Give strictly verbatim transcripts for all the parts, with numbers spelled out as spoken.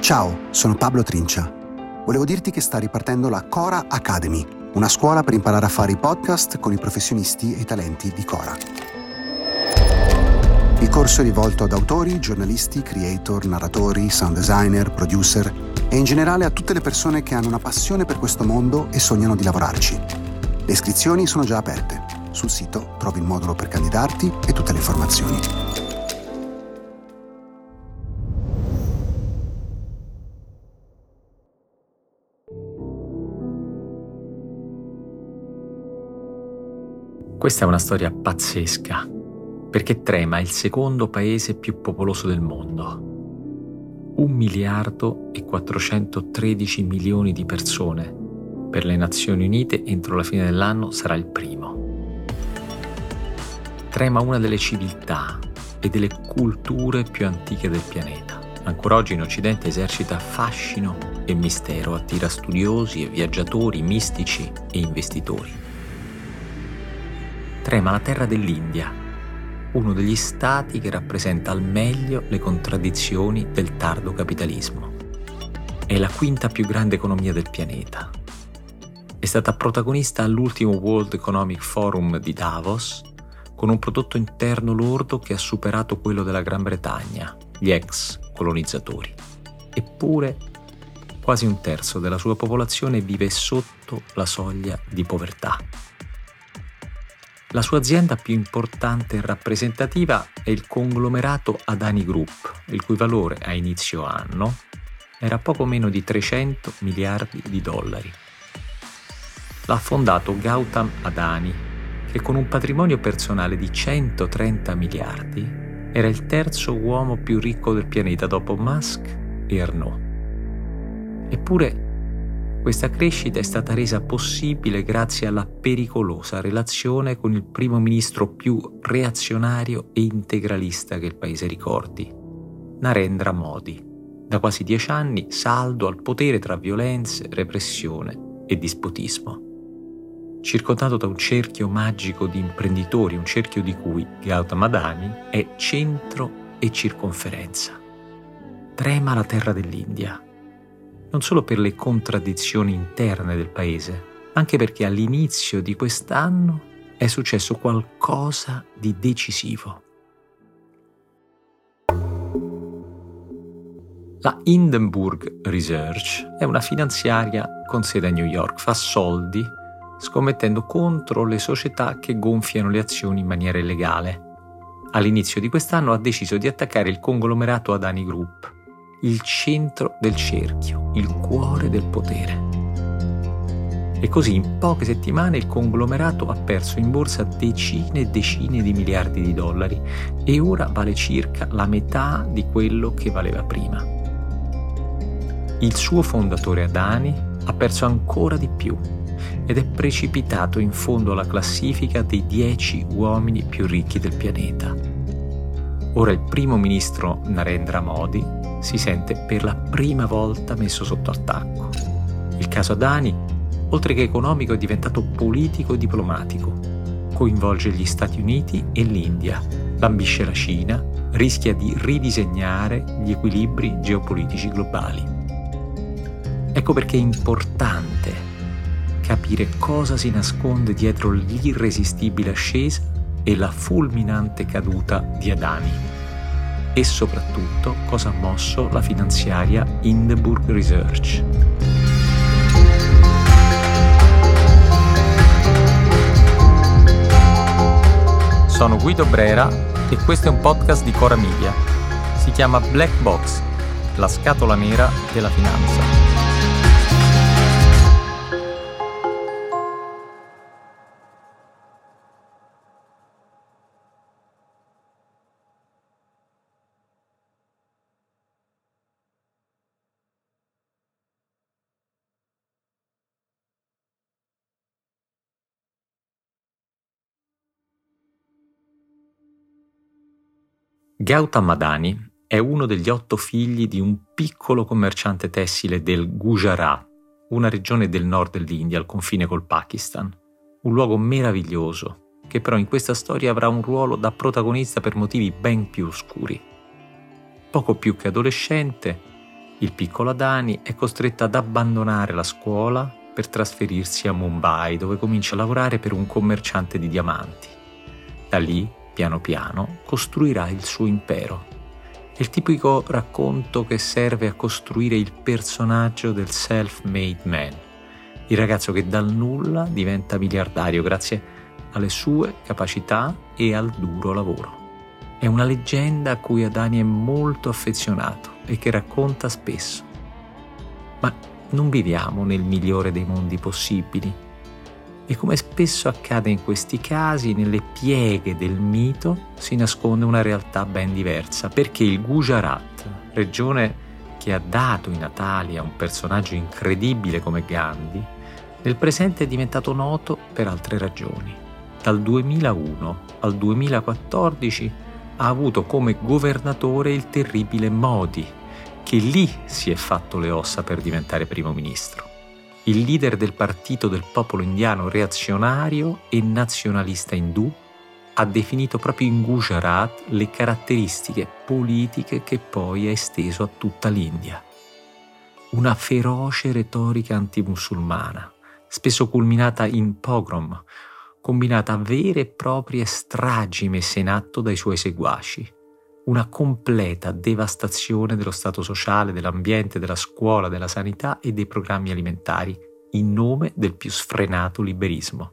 Ciao, sono Pablo Trincia. Volevo dirti che sta ripartendo la Cora Academy, una scuola per imparare a fare i podcast con i professionisti e i talenti di Cora. Il corso è rivolto ad autori, giornalisti, creator, narratori, sound designer, producer e in generale a tutte le persone che hanno una passione per questo mondo e sognano di lavorarci. Le iscrizioni sono già aperte. Sul sito trovi il modulo per candidarti e tutte le informazioni. Questa è una storia pazzesca, perché Trema è il secondo paese più popoloso del mondo. Un miliardo e quattrocentotredici milioni di persone. Per le Nazioni Unite entro la fine dell'anno sarà il primo. Trema una delle civiltà e delle culture più antiche del pianeta. Ancora oggi in Occidente esercita fascino e mistero, attira studiosi e viaggiatori, mistici e investitori. Trema la terra dell'India, uno degli stati che rappresenta al meglio le contraddizioni del tardo capitalismo. È la quinta più grande economia del pianeta. È stata protagonista all'ultimo World Economic Forum di Davos, con un prodotto interno lordo che ha superato quello della Gran Bretagna, gli ex colonizzatori. Eppure, quasi un terzo della sua popolazione vive sotto la soglia di povertà. La sua azienda più importante e rappresentativa è il conglomerato Adani Group, il cui valore a inizio anno era poco meno di trecento miliardi di dollari. L'ha fondato Gautam Adani, che con un patrimonio personale di centotrenta miliardi era il terzo uomo più ricco del pianeta dopo Musk e Arnault. Eppure questa crescita è stata resa possibile grazie alla pericolosa relazione con il primo ministro più reazionario e integralista che il paese ricordi, Narendra Modi, da quasi dieci anni saldo al potere tra violenze, repressione e dispotismo. Circondato da un cerchio magico di imprenditori, un cerchio di cui Gautam Adani è centro e circonferenza. Trema la terra dell'India. Non solo per le contraddizioni interne del paese, anche perché all'inizio di quest'anno è successo qualcosa di decisivo. La Hindenburg Research è una finanziaria con sede a New York, fa soldi scommettendo contro le società che gonfiano le azioni in maniera illegale. All'inizio di quest'anno ha deciso di attaccare il conglomerato Adani Group, il centro del cerchio, il cuore del potere. E così in poche settimane il conglomerato ha perso in borsa decine e decine di miliardi di dollari e ora vale circa la metà di quello che valeva prima. Il suo fondatore Adani ha perso ancora di più ed è precipitato in fondo alla classifica dei dieci uomini più ricchi del pianeta. Ora il primo ministro Narendra Modi si sente per la prima volta messo sotto attacco. Il caso Adani, oltre che economico, è diventato politico e diplomatico. Coinvolge gli Stati Uniti e l'India, lambisce la Cina, rischia di ridisegnare gli equilibri geopolitici globali. Ecco perché è importante capire cosa si nasconde dietro l'irresistibile ascesa e la fulminante caduta di Adani. E soprattutto cosa ha mosso la finanziaria Hindenburg Research. Sono Guido Brera e questo è un podcast di Cora Media. Si chiama Black Box, la scatola nera della finanza. Gautam Adani è uno degli otto figli di un piccolo commerciante tessile del Gujarat, una regione del nord dell'India al confine col Pakistan. Un luogo meraviglioso, che però in questa storia avrà un ruolo da protagonista per motivi ben più oscuri. Poco più che adolescente, Il piccolo Adani è costretto ad abbandonare la scuola per trasferirsi a Mumbai, dove comincia a lavorare per un commerciante di diamanti. Da lì, piano piano, costruirà il suo impero. È il tipico racconto che serve a costruire il personaggio del self-made man, il ragazzo che dal nulla diventa miliardario grazie alle sue capacità e al duro lavoro. È una leggenda a cui Adani è molto affezionato e che racconta spesso. Ma non viviamo nel migliore dei mondi possibili e, come spesso accade in questi casi, nelle pieghe del mito si nasconde una realtà ben diversa, perché il Gujarat, regione che ha dato i natali a un personaggio incredibile come Gandhi, nel presente è diventato noto per altre ragioni. Dal duemilauno al duemilaquattordici ha avuto come governatore il terribile Modi, che lì si è fatto le ossa per diventare primo ministro. Il leader del partito del popolo indiano reazionario e nazionalista indù ha definito proprio in Gujarat le caratteristiche politiche che poi ha esteso a tutta l'India. Una feroce retorica antimusulmana, spesso culminata in pogrom, combinata a vere e proprie stragi messe in atto dai suoi seguaci. Una completa devastazione dello stato sociale, dell'ambiente, della scuola, della sanità e dei programmi alimentari, in nome del più sfrenato liberismo.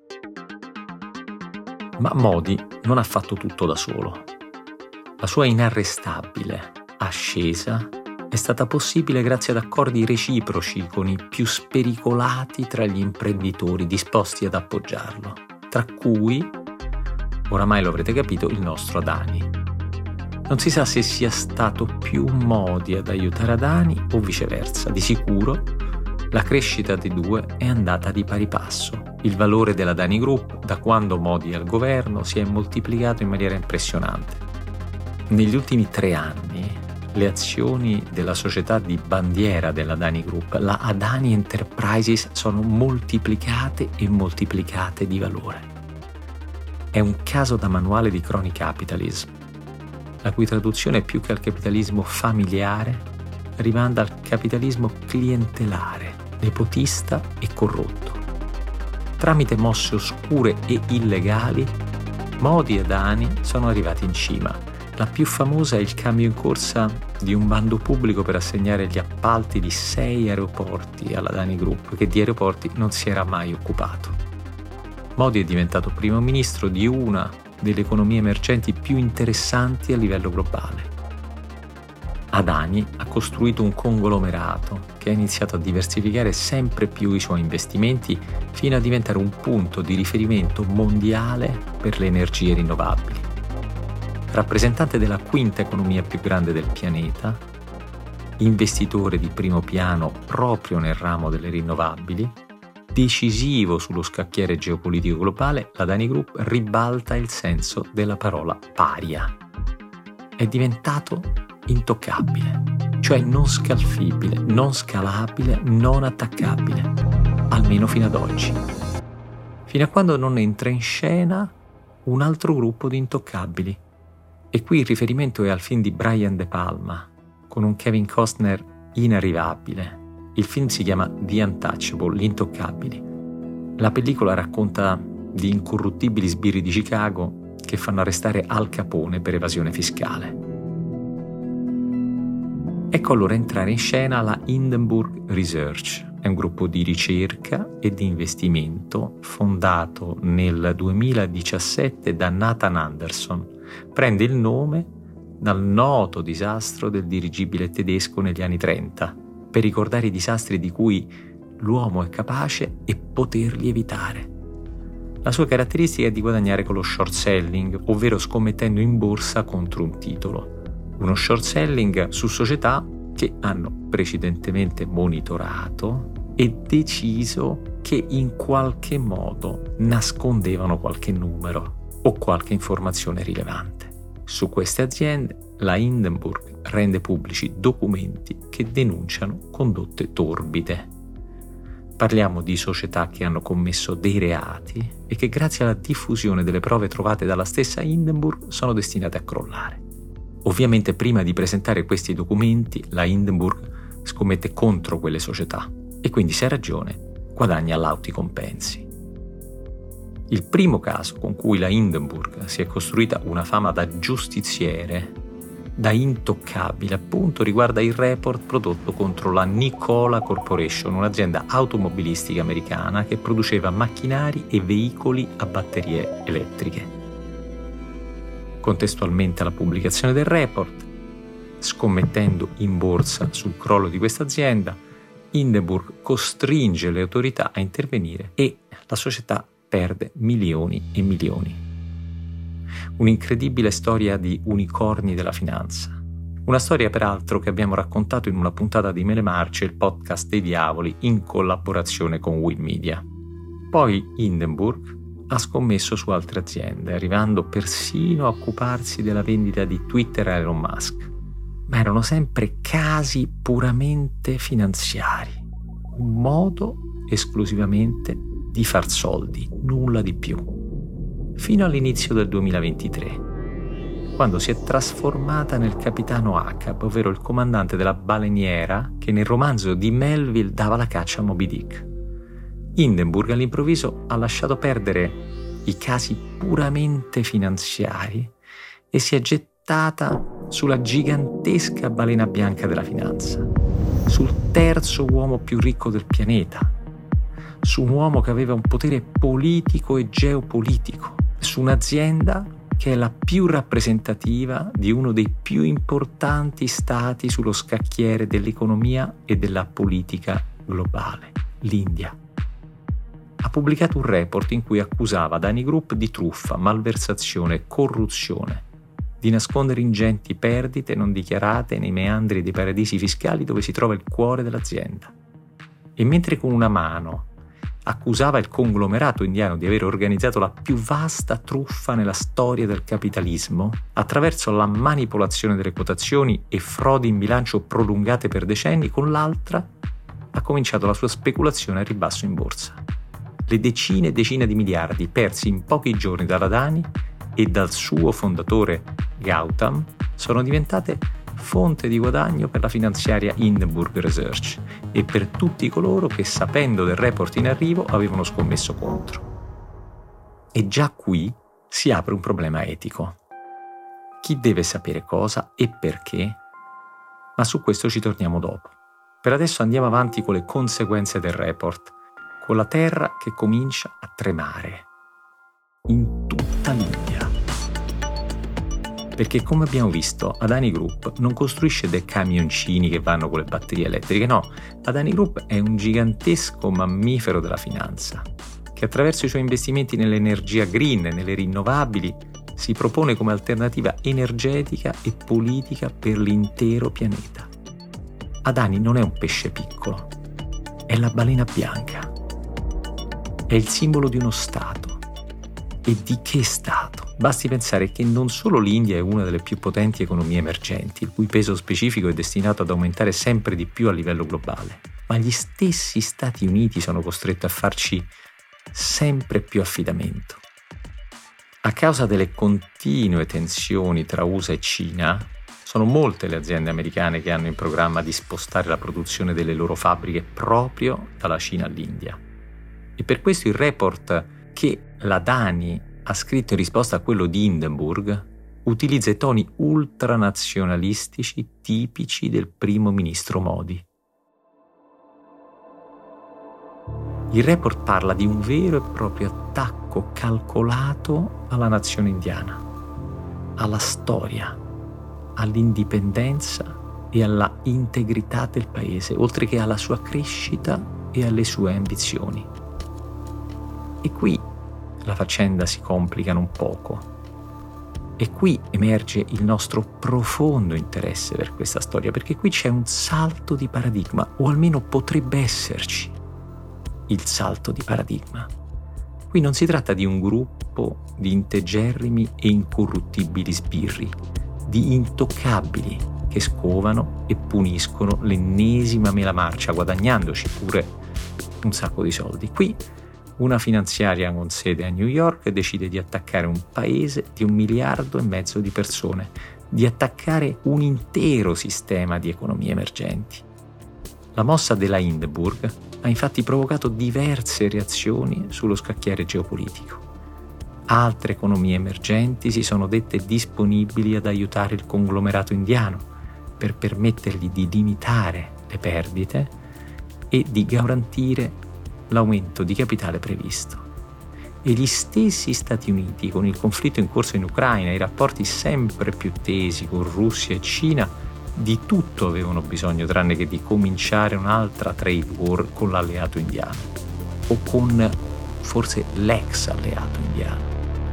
Ma Modi non ha fatto tutto da solo. La sua inarrestabile ascesa è stata possibile grazie ad accordi reciproci con i più spericolati tra gli imprenditori disposti ad appoggiarlo, tra cui, oramai lo avrete capito, il nostro Adani. Non si sa se sia stato più Modi ad aiutare Adani o viceversa. Di sicuro la crescita dei due è andata di pari passo. Il valore della Adani Group, da quando Modi è al governo, si è moltiplicato in maniera impressionante. Negli ultimi tre anni le azioni della società di bandiera della Adani Group, la Adani Enterprises, sono moltiplicate e moltiplicate di valore. È un caso da manuale di crony capitalism, la cui traduzione più che al capitalismo familiare rimanda al capitalismo clientelare, nepotista e corrotto. Tramite mosse oscure e illegali, Modi e Adani sono arrivati in cima. La più famosa è il cambio in corsa di un bando pubblico per assegnare gli appalti di sei aeroporti alla Adani Group, che di aeroporti non si era mai occupato. Modi è diventato primo ministro di una delle economie emergenti più interessanti a livello globale. Adani ha costruito un conglomerato che ha iniziato a diversificare sempre più i suoi investimenti fino a diventare un punto di riferimento mondiale per le energie rinnovabili. Rappresentante della quinta economia più grande del pianeta, investitore di primo piano proprio nel ramo delle rinnovabili, decisivo sullo scacchiere geopolitico globale, la Adani Group ribalta il senso della parola paria. È diventato intoccabile, cioè non scalfibile, non scalabile, non attaccabile, almeno fino ad oggi. Fino a quando non entra in scena un altro gruppo di intoccabili. E qui il riferimento è al film di Brian De Palma, con un Kevin Costner inarrivabile. Il film si chiama The Untouchable, Gli Intoccabili. La pellicola racconta di incorruttibili sbirri di Chicago che fanno arrestare Al Capone per evasione fiscale. Ecco allora entrare in scena la Hindenburg Research. È un gruppo di ricerca e di investimento fondato nel duemiladiciassette da Nathan Anderson. Prende il nome dal noto disastro del dirigibile tedesco negli anni trenta, per ricordare i disastri di cui l'uomo è capace e poterli evitare. La sua caratteristica è di guadagnare con lo short selling, ovvero scommettendo in borsa contro un titolo. Uno short selling su società che hanno precedentemente monitorato e deciso che in qualche modo nascondevano qualche numero o qualche informazione rilevante. Su queste aziende la Hindenburg rende pubblici documenti che denunciano condotte torbide. Parliamo di società che hanno commesso dei reati e che grazie alla diffusione delle prove trovate dalla stessa Hindenburg sono destinate a crollare. Ovviamente prima di presentare questi documenti la Hindenburg scommette contro quelle società e quindi, se ha ragione, guadagna lauti compensi. Il primo caso con cui la Hindenburg si è costruita una fama da giustiziere, da intoccabile, appunto, riguarda il report prodotto contro la Nikola Corporation, un'azienda automobilistica americana che produceva macchinari e veicoli a batterie elettriche. Contestualmente alla pubblicazione del report, scommettendo in borsa sul crollo di questa azienda, Hindenburg costringe le autorità a intervenire e la società perde milioni e milioni. Un'incredibile storia di unicorni della finanza. Una storia peraltro che abbiamo raccontato in una puntata di Mele Marce, il podcast dei diavoli, in collaborazione con Will Media. Poi Hindenburg ha scommesso su altre aziende, arrivando persino a occuparsi della vendita di Twitter a Elon Musk. Ma erano sempre casi puramente finanziari, un modo esclusivamente di far soldi, nulla di più. Fino all'inizio del duemilaventitré, quando si è trasformata nel capitano Ahab, ovvero il comandante della baleniera che nel romanzo di Melville dava la caccia a Moby Dick. Hindenburg all'improvviso ha lasciato perdere i casi puramente finanziari e si è gettata sulla gigantesca balena bianca della finanza, sul terzo uomo più ricco del pianeta, su un uomo che aveva un potere politico e geopolitico, su un'azienda che è la più rappresentativa di uno dei più importanti stati sullo scacchiere dell'economia e della politica globale, l'India. Ha pubblicato un report in cui accusava Adani Group di truffa, malversazione e corruzione, di nascondere ingenti perdite non dichiarate nei meandri dei paradisi fiscali dove si trova il cuore dell'azienda. E mentre con una mano accusava il conglomerato indiano di aver organizzato la più vasta truffa nella storia del capitalismo attraverso la manipolazione delle quotazioni e frodi in bilancio prolungate per decenni, con l'altra ha cominciato la sua speculazione a ribasso in borsa. Le decine e decine di miliardi persi in pochi giorni dalla Adani e dal suo fondatore Gautam sono diventate fonte di guadagno per la finanziaria Hindenburg Research e per tutti coloro che, sapendo del report in arrivo, avevano scommesso contro. E già qui si apre un problema etico. Chi deve sapere cosa e perché? Ma su questo ci torniamo dopo. Per adesso andiamo avanti con le conseguenze del report, con la terra che comincia a tremare in tutta l'India. Perché, come abbiamo visto, Adani Group non costruisce dei camioncini che vanno con le batterie elettriche, no. Adani Group è un gigantesco mammifero della finanza, che attraverso i suoi investimenti nell'energia green e nelle rinnovabili si propone come alternativa energetica e politica per l'intero pianeta. Adani non è un pesce piccolo, è la balena bianca. È il simbolo di uno Stato. E di che Stato? Basti pensare che non solo l'India è una delle più potenti economie emergenti, il cui peso specifico è destinato ad aumentare sempre di più a livello globale, ma gli stessi Stati Uniti sono costretti a farci sempre più affidamento. A causa delle continue tensioni tra U S A e Cina, sono molte le aziende americane che hanno in programma di spostare la produzione delle loro fabbriche proprio dalla Cina all'India. E per questo il report che la Adani ha scritto in risposta a quello di Hindenburg utilizza i toni ultranazionalistici tipici del primo ministro Modi. Il report parla di un vero e proprio attacco calcolato alla nazione indiana, alla storia, all'indipendenza e alla integrità del paese, oltre che alla sua crescita e alle sue ambizioni. E qui la faccenda si complica un poco. E qui emerge il nostro profondo interesse per questa storia, perché qui c'è un salto di paradigma, o almeno potrebbe esserci il salto di paradigma. Qui non si tratta di un gruppo di integerrimi e incorruttibili sbirri, di intoccabili che scovano e puniscono l'ennesima mela marcia, guadagnandoci pure un sacco di soldi. Qui una finanziaria con sede a New York decide di attaccare un paese di un miliardo e mezzo di persone, di attaccare un intero sistema di economie emergenti. La mossa della Hindenburg ha infatti provocato diverse reazioni sullo scacchiere geopolitico. Altre economie emergenti si sono dette disponibili ad aiutare il conglomerato indiano per permettergli di limitare le perdite e di garantire l'aumento di capitale previsto. E gli stessi Stati Uniti, con il conflitto in corso in Ucraina e i rapporti sempre più tesi con Russia e Cina, di tutto avevano bisogno tranne che di cominciare un'altra trade war con l'alleato indiano o con forse l'ex alleato indiano.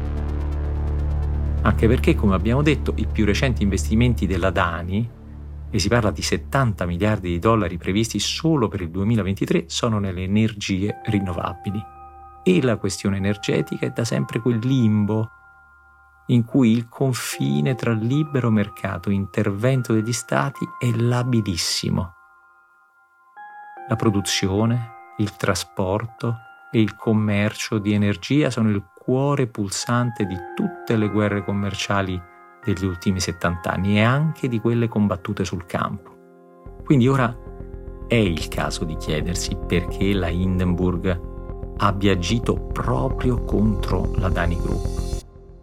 Anche perché, come abbiamo detto, i più recenti investimenti della Dani, e si parla di settanta miliardi di dollari previsti solo per il duemilaventitré, sono nelle energie rinnovabili. E la questione energetica è da sempre quel limbo in cui il confine tra libero mercato e intervento degli stati è labilissimo. La produzione, il trasporto e il commercio di energia sono il cuore pulsante di tutte le guerre commerciali degli ultimi settanta anni e anche di quelle combattute sul campo. Quindi ora è il caso di chiedersi perché la Hindenburg abbia agito proprio contro la Dani Group.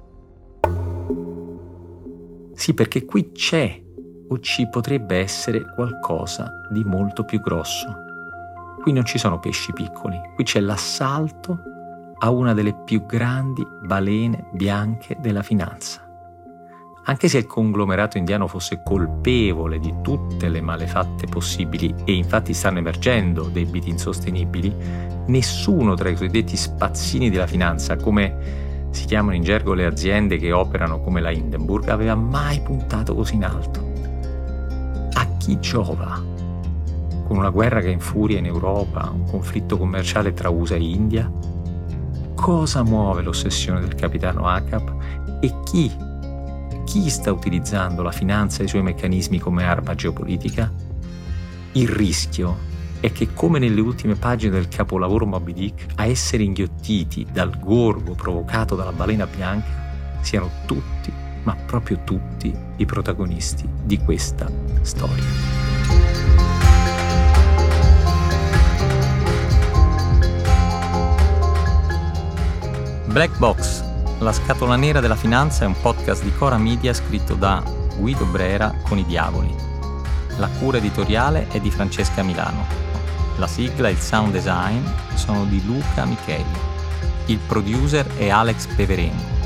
Sì, perché qui c'è o ci potrebbe essere qualcosa di molto più grosso. Qui non ci sono pesci piccoli, qui c'è l'assalto a una delle più grandi balene bianche della finanza. Anche se il conglomerato indiano fosse colpevole di tutte le malefatte possibili e infatti stanno emergendo debiti insostenibili, nessuno tra i cosiddetti spazzini della finanza, come si chiamano in gergo le aziende che operano come la Hindenburg, aveva mai puntato così in alto. A chi giova? Con una guerra che infuria in Europa, un conflitto commerciale tra U S A e India? Cosa muove l'ossessione del capitano Acap e chi Chi sta utilizzando la finanza e i suoi meccanismi come arma geopolitica? Il rischio è che, come nelle ultime pagine del capolavoro Moby Dick, a essere inghiottiti dal gorgo provocato dalla balena bianca siano tutti, ma proprio tutti, i protagonisti di questa storia. Black Box, la scatola nera della finanza, è un podcast di Cora Media scritto da Guido Brera con i Diavoli. La cura editoriale è di Francesca Milano. La sigla e il sound design sono di Luca Micheli. Il producer è Alex Peverengo.